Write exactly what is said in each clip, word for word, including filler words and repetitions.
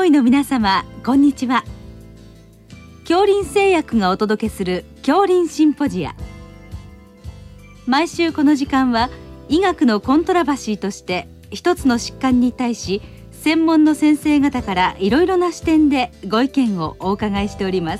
医の皆様、こんにちは。杏林製薬がお届けする杏林シンポジア。毎週この時間は医学のコントラバシーとして一つの疾患に対し専門の先生方からいろいろな視点でご意見をお伺いしております。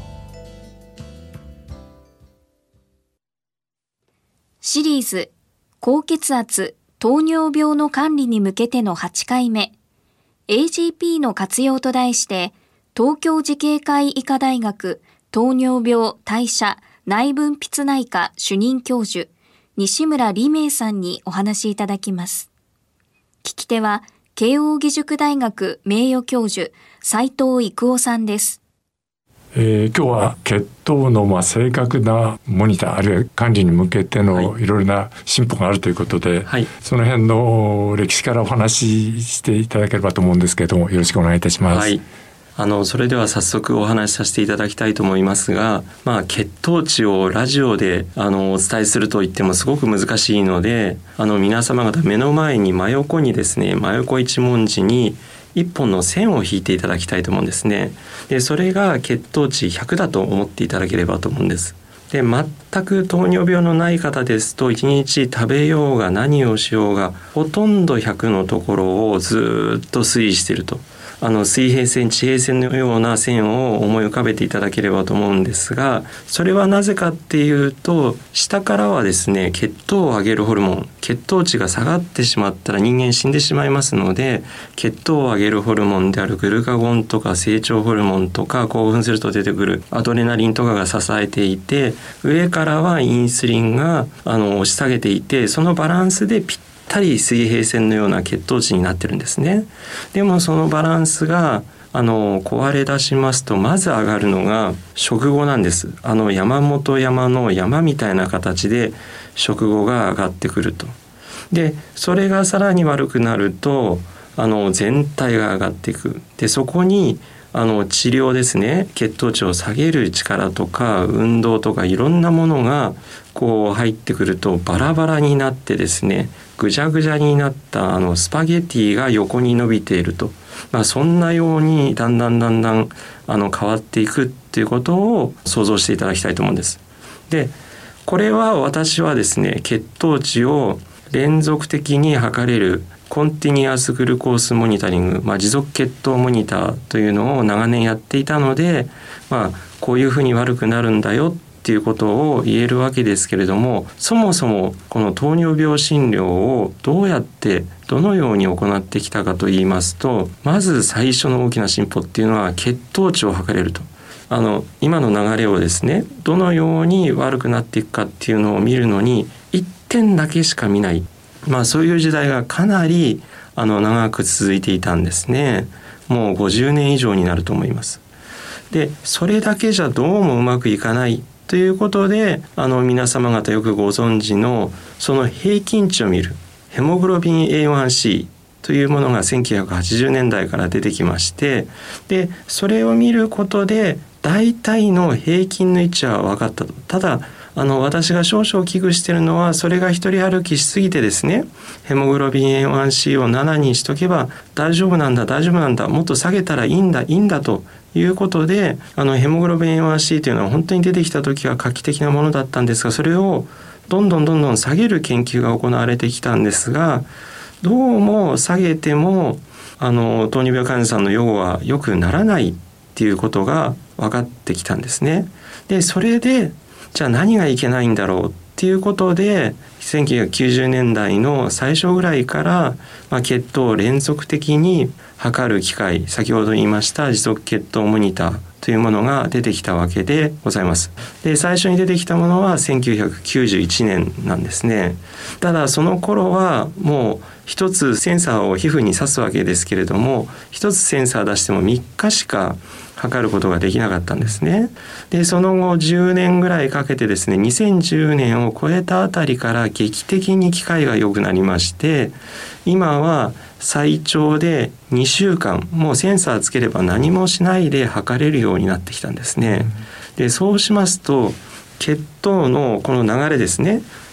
シリーズ高血圧・糖尿病の管理に向けてのはちかいめ、 エージーピー の活用と題して、東京慈恵会医科大学糖尿病代謝内分泌内科主任教授西村理明さんにお話しいただきます。聞き手は慶應義塾大学名誉教授斉藤育夫さんです。 えー、今日は血糖のまあ正確なモニターあるいは管理に向けてのいろいろな進歩があるということで、はい、その辺の歴史からお話ししていただければと思うんですけれども、よろしくお願いいたします。 はい、あのそれでは早速お話しさせていただきたいと思いますが、まあ、血糖値をラジオであのお伝えすると言ってもすごく難しいので、あの皆様方目の前に真横にですね、真横一文字に一本の線を引いていただきたいと思うんですね。でそれが血糖値ひゃくだと思っていただければと思うんです。で全く糖尿病のない方ですといちにち食べようが何をしようがほとんどひゃくのところをずっと推移していると、あの水平線地平線のような線を思い浮かべていただければと思うんですが、それはなぜかっていうと、下からはですね血糖を上げるホルモン、血糖値が下がってしまったら人間死んでしまいますので、血糖を上げるホルモンであるグルカゴンとか成長ホルモンとか興奮すると出てくるアドレナリンとかが支えていて、上からはインスリンがあの押し下げていて、そのバランスでぴったりぴったり水平線のような血糖値になってるんですね。でもそのバランスがあの壊れ出しますと、まず上がるのが食後なんです。あの山本山の山みたいな形で食後が上がってくると。でそれがさらに悪くなるとあの全体が上がっていく。でそこにあの治療ですね、血糖値を下げる力とか運動とかいろんなものがこう入ってくるとバラバラになってですね、ぐじゃぐじゃになったあのスパゲティが横に伸びていると、まあ、そんなようにだんだんだんだんあの変わっていくっていうことを想像していただきたいと思うんです。でこれは私はですね、血糖値を連続的に測れるコンティニアスグルコースモニタリング、まあ、持続血糖モニターというのを長年やっていたので、まあ、こういうふうに悪くなるんだよっていうことを言えるわけですけれども、そもそもこの糖尿病診療をどうやってどのように行ってきたかといいますと、まず最初の大きな進歩っていうのは血糖値を測れると。あの今の流れをですね、どのように悪くなっていくかっていうのを見るのにいってんだけしか見ない、まあ、そういう時代がかなりあの長く続いていたんですね。もうごじゅうねん以上になると思います。でそれだけじゃどうもうまくいかないということで、あの皆様方よくご存知のその平均値を見るヘモグロビン エーワンシー というものがせんきゅうひゃくはちじゅうねんだいから出てきまして、でそれを見ることで大体の平均の位置は分かったと。ただあの私が少々危惧しているのは、それが一人歩きしすぎてですね、ヘモグロビン エーワンシー をななにしとけば大丈夫なんだ大丈夫なんだ、もっと下げたらいいんだいいんだということで、あのヘモグロビン エーワンシー というのは本当に出てきた時は画期的なものだったんですが、それをどんどんどんどん下げる研究が行われてきたんですが、どうも下げてもあの糖尿病患者さんの予後は良くならないっていうことが分かってきたんですね。でそれでじゃあ何がいけないんだろうっていうことで、せんきゅうひゃくきゅうじゅうねんだいの最初ぐらいから、まあ、血糖を連続的に測る機械、先ほど言いました持続血糖モニターというものが出てきたわけでございます。で最初に出てきたものはせんきゅうひゃくきゅうじゅういちねんなんですね。ただその頃はもう一つセンサーを皮膚に刺すわけですけれども、一つセンサー出してもみっかしか測ることができなかったんですね。でその後じゅうねんぐらいかけてですね、にせんじゅうねんを超えたあたりから劇的に機械が良くなりまして、今は最長でにしゅうかん、もうセンサーつければ何もしないで測れるようになってきたんですね。でそうしますと血糖のこの流れですね、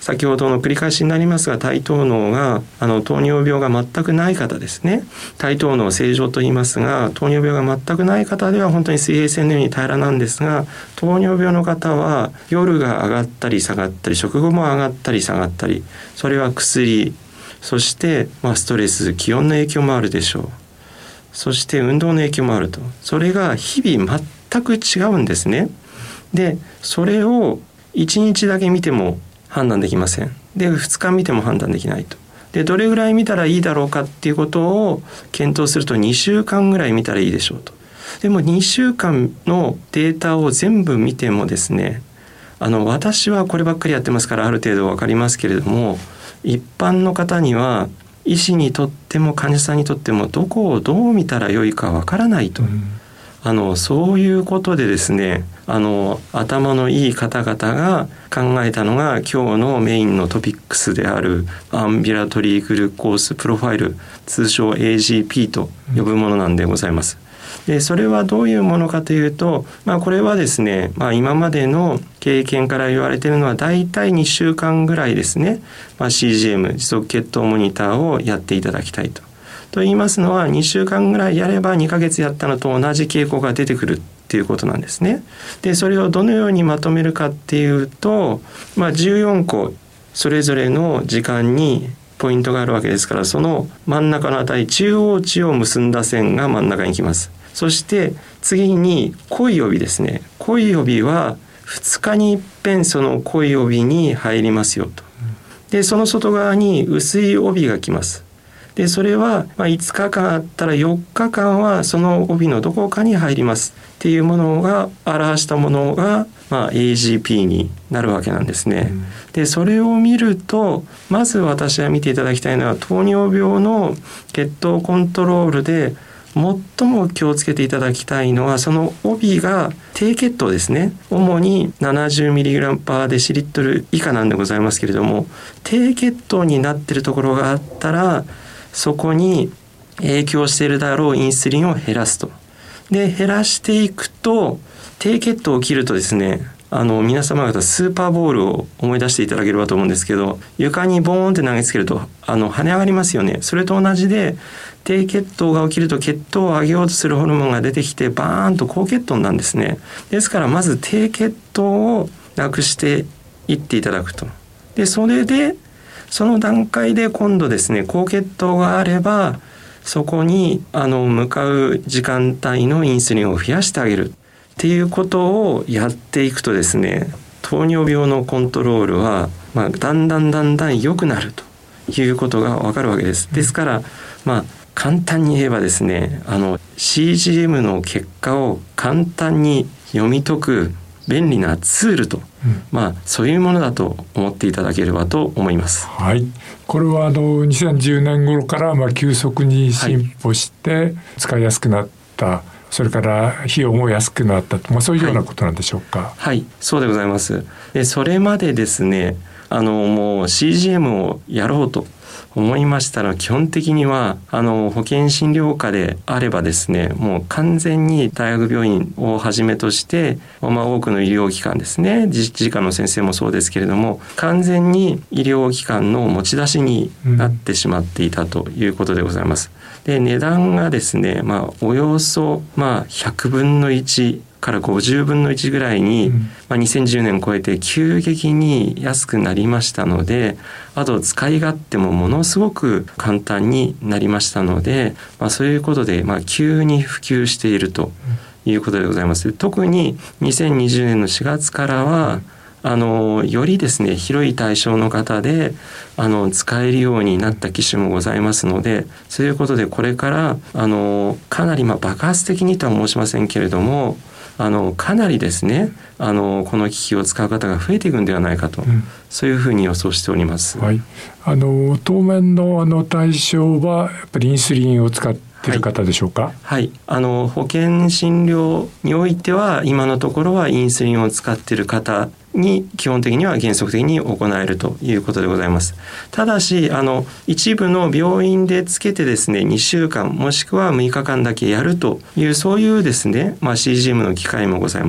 先ほどの繰り返しになりますが、対等脳があの糖尿病が全くない方ですね、対等脳正常と言いますが、糖尿病が全くない方では本当に水平線のように平らなんですが、糖尿病の方は夜が上がったり下がったり、食後も上がったり下がったり、それは薬、そしてまあストレス、気温の影響もあるでしょう。そして運動の影響もあると。それが日々全く違うんですね。でそれをいちにちだけ見ても判断できません。でふつか見ても判断できないと。でどれぐらい見たらいいだろうかっていうことを検討するとにしゅうかんぐらい見たらいいでしょうと。でもにしゅうかんのデータを全部見てもですね、あの私はこればっかりやってますからある程度分かりますけれども、一般の方には医師にとっても患者さんにとってもどこをどう見たらよいか分からないと、うん、あのそういうことでですね、あの頭のいい方々が考えたのが今日のメインのトピックスであるアンビラトリーグルコースプロファイル、通称 エージーピー と呼ぶものなんでございます。でそれはどういうものかというと、まあ、これはですね、まあ、今までの経験から言われているのはだいたいにしゅうかんぐらいですね、まあ、シージーエム 持続血糖モニターをやっていただきたいと。と言いますのはにしゅうかんぐらいやればにかげつやったのと同じ傾向が出てくるっていうことなんですね。でそれをどのようにまとめるかっていうと、まあ、じゅうよんこそれぞれの時間にポイントがあるわけですから、その真ん中のあたり中央値を結んだ線が真ん中に来ます。そして次に濃い帯ですね。濃い帯はふつかに一遍その濃い帯に入りますよと。でその外側に薄い帯が来ます。でそれはまあいつかかんあったらよっかかんはその帯のどこかに入りますっていうものが表したものが、まあ、エージーピー になるわけなんですね。でそれを見るとまず私は見ていただきたいのは、糖尿病の血糖コントロールで最も気をつけていただきたいのは、その帯が低血糖ですね。主に ななじゅうミリグラムパーデシリットル 以下なんでございますけれども、低血糖になっているところがあったらそこに影響しているだろうインスリンを減らすと。で減らしていくと低血糖を切るとですね、あの皆様方スーパーボールを思い出していただければと思うんですけど、床にボーンって投げつけるとあの跳ね上がりますよね。それと同じで低血糖が起きると血糖を上げようとするホルモンが出てきてバーンと高血糖なんですね。ですからまず低血糖をなくしていっていただくと。でそれでその段階で今度ですね、高血糖があればそこにあの向かう時間帯のインスリンを増やしてあげるっていうことをやっていくとですね、糖尿病のコントロールは、まあ、だんだんだんだん良くなるということが分かるわけです。ですから、まあ、簡単に言えばですね、あの シージーエム の結果を簡単に読み解く便利なツールと、うん、まあそういうものだと思っていただければと思います。 はい、これはあのにせんじゅうねん頃からまあ急速に進歩して使いやすくなった、はい、それから費用も安くなった、まあ、そういうようなことなんでしょうか。 はい、はい、そうでございます。でそれまでですね、あのもう シージーエム をやろうと思いましたら、基本的にはあの保険診療科であればですね、もう完全に大学病院をはじめとして、まあ、多くの医療機関ですね、自治科の先生もそうですけれども、完全に医療機関の持ち出しになってしまっていたということでございます。で値段がですね、まあ、およそ、まあ、ひゃくぶんのいちからごじゅうぶんのいちぐらいに、うんまあ、にせんじゅうねん超えて急激に安くなりましたので、あと使い勝手もものすごく簡単になりましたので、まあ、そういうことで、まあ、急に普及しているということでございます。特ににせんにじゅうねんのしがつからはあのよりですね、広い対象の方であの使えるようになった機種もございますので、そういうことでこれからあのかなり、まあ、爆発的にとは申しませんけれども、あのかなりですね、あのこの機器を使う方が増えていくんではないかと、うん、そういうふうに予想しております。 はい、あの当面のあの対象はやっぱりインスリンを使っている方でしょうか。 はい、はい、あの保険診療においては今のところはインスリンを使っている方に基本的には原則的に行えるということでございます。ただしあの一部の病院でつけてですね、にしゅうかんもしくはむいかかんだけやるというそういうですね、まあ、シージーエム の機会もございます。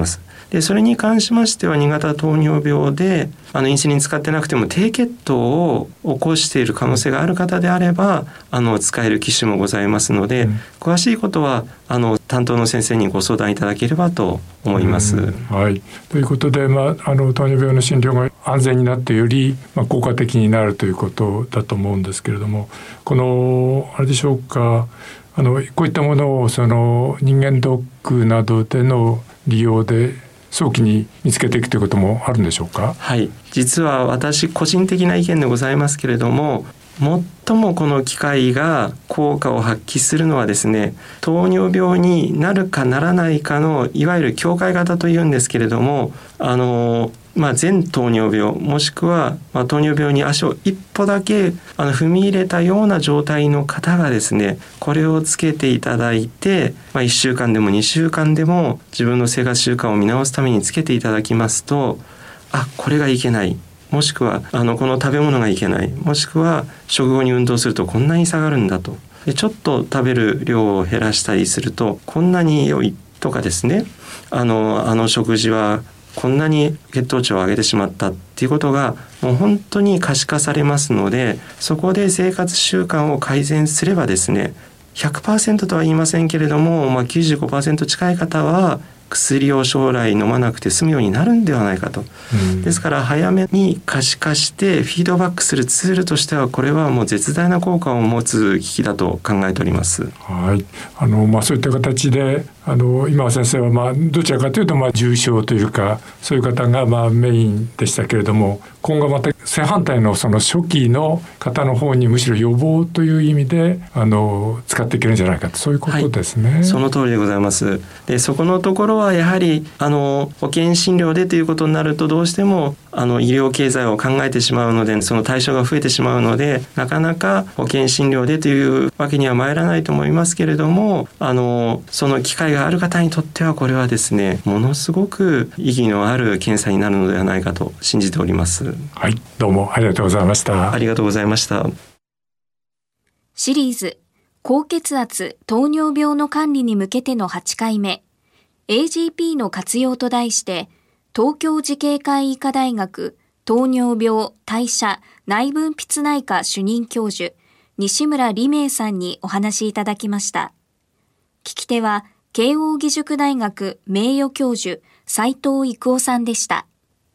でそれに関しましてはに型糖尿病であのインスリン使ってなくても低血糖を起こしている可能性がある方であればあの使える機種もございますので、うん、詳しいことはあの担当の先生にご相談いただければと思います。 はい、ということで、まあ、あの糖尿病の診療が安全になってより、まあ、効果的になるということだと思うんですけれども、このあれでしょうか、あのこういったものをその人間ドックなどでの利用で早期に見つけていくということもあるんでしょうか。 はい、実は私個人的な意見でございますけれども、最もこの機械が効果を発揮するのはですね、糖尿病になるかならないかのいわゆる境界型というんですけれども、あのまあ、全糖尿病もしくは、まあ、糖尿病に足を一歩だけあの踏み入れたような状態の方がですね、これをつけていただいて、まあ、いっしゅうかんでもにしゅうかんでも自分の生活習慣を見直すためにつけていただきますと、あ、これがいけない、もしくはあのこの食べ物がいけない、もしくは食後に運動するとこんなに下がるんだと、でちょっと食べる量を減らしたりするとこんなに良いとかですね、あのあの食事はこんなに血糖値を上げてしまったっていうことがもう本当に可視化されますので、そこで生活習慣を改善すればですね、 ひゃくパーセント とは言いませんけれども、まあ、きゅうじゅうごパーセント 近い方は薬を将来飲まなくて済むようになるんではないかと、うん、ですから早めに可視化してフィードバックするツールとしてはこれはもう絶大な効果を持つ機器だと考えております。 はい、あのまあ、そういった形であの今先生はまあどちらかというとまあ重症というかそういう方がまあメインでしたけれども、今後また正反対のその初期の方の方にむしろ予防という意味であの使っていけるんじゃないかと、そういうことですね。 はい、その通りでございます。でそこのところはやはりあの保険診療でということになるとどうしてもあの医療経済を考えてしまうので、その対象が増えてしまうのでなかなか保険診療でというわけには参らないと思いますけれども、あのその機会がある方にとってはこれはですね、ものすごく意義のある検査になるのではないかと信じております。 はい、どうもありがとうございました。 ありがとうございました。 シリーズ高血圧糖尿病の管理に向けてのはちかいめ エージーピー の活用と題して、東京慈恵会医科大学糖尿病代謝内分泌内科主任教授西村理明さんにお話しいただきました。聞き手は慶應義塾大学名誉教授斉藤育夫さんでした。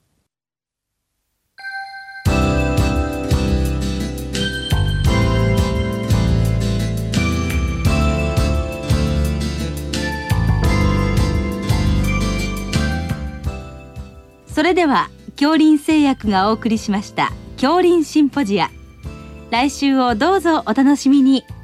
それでは杏林製薬がお送りしました杏林シンポジア、来週をどうぞお楽しみに。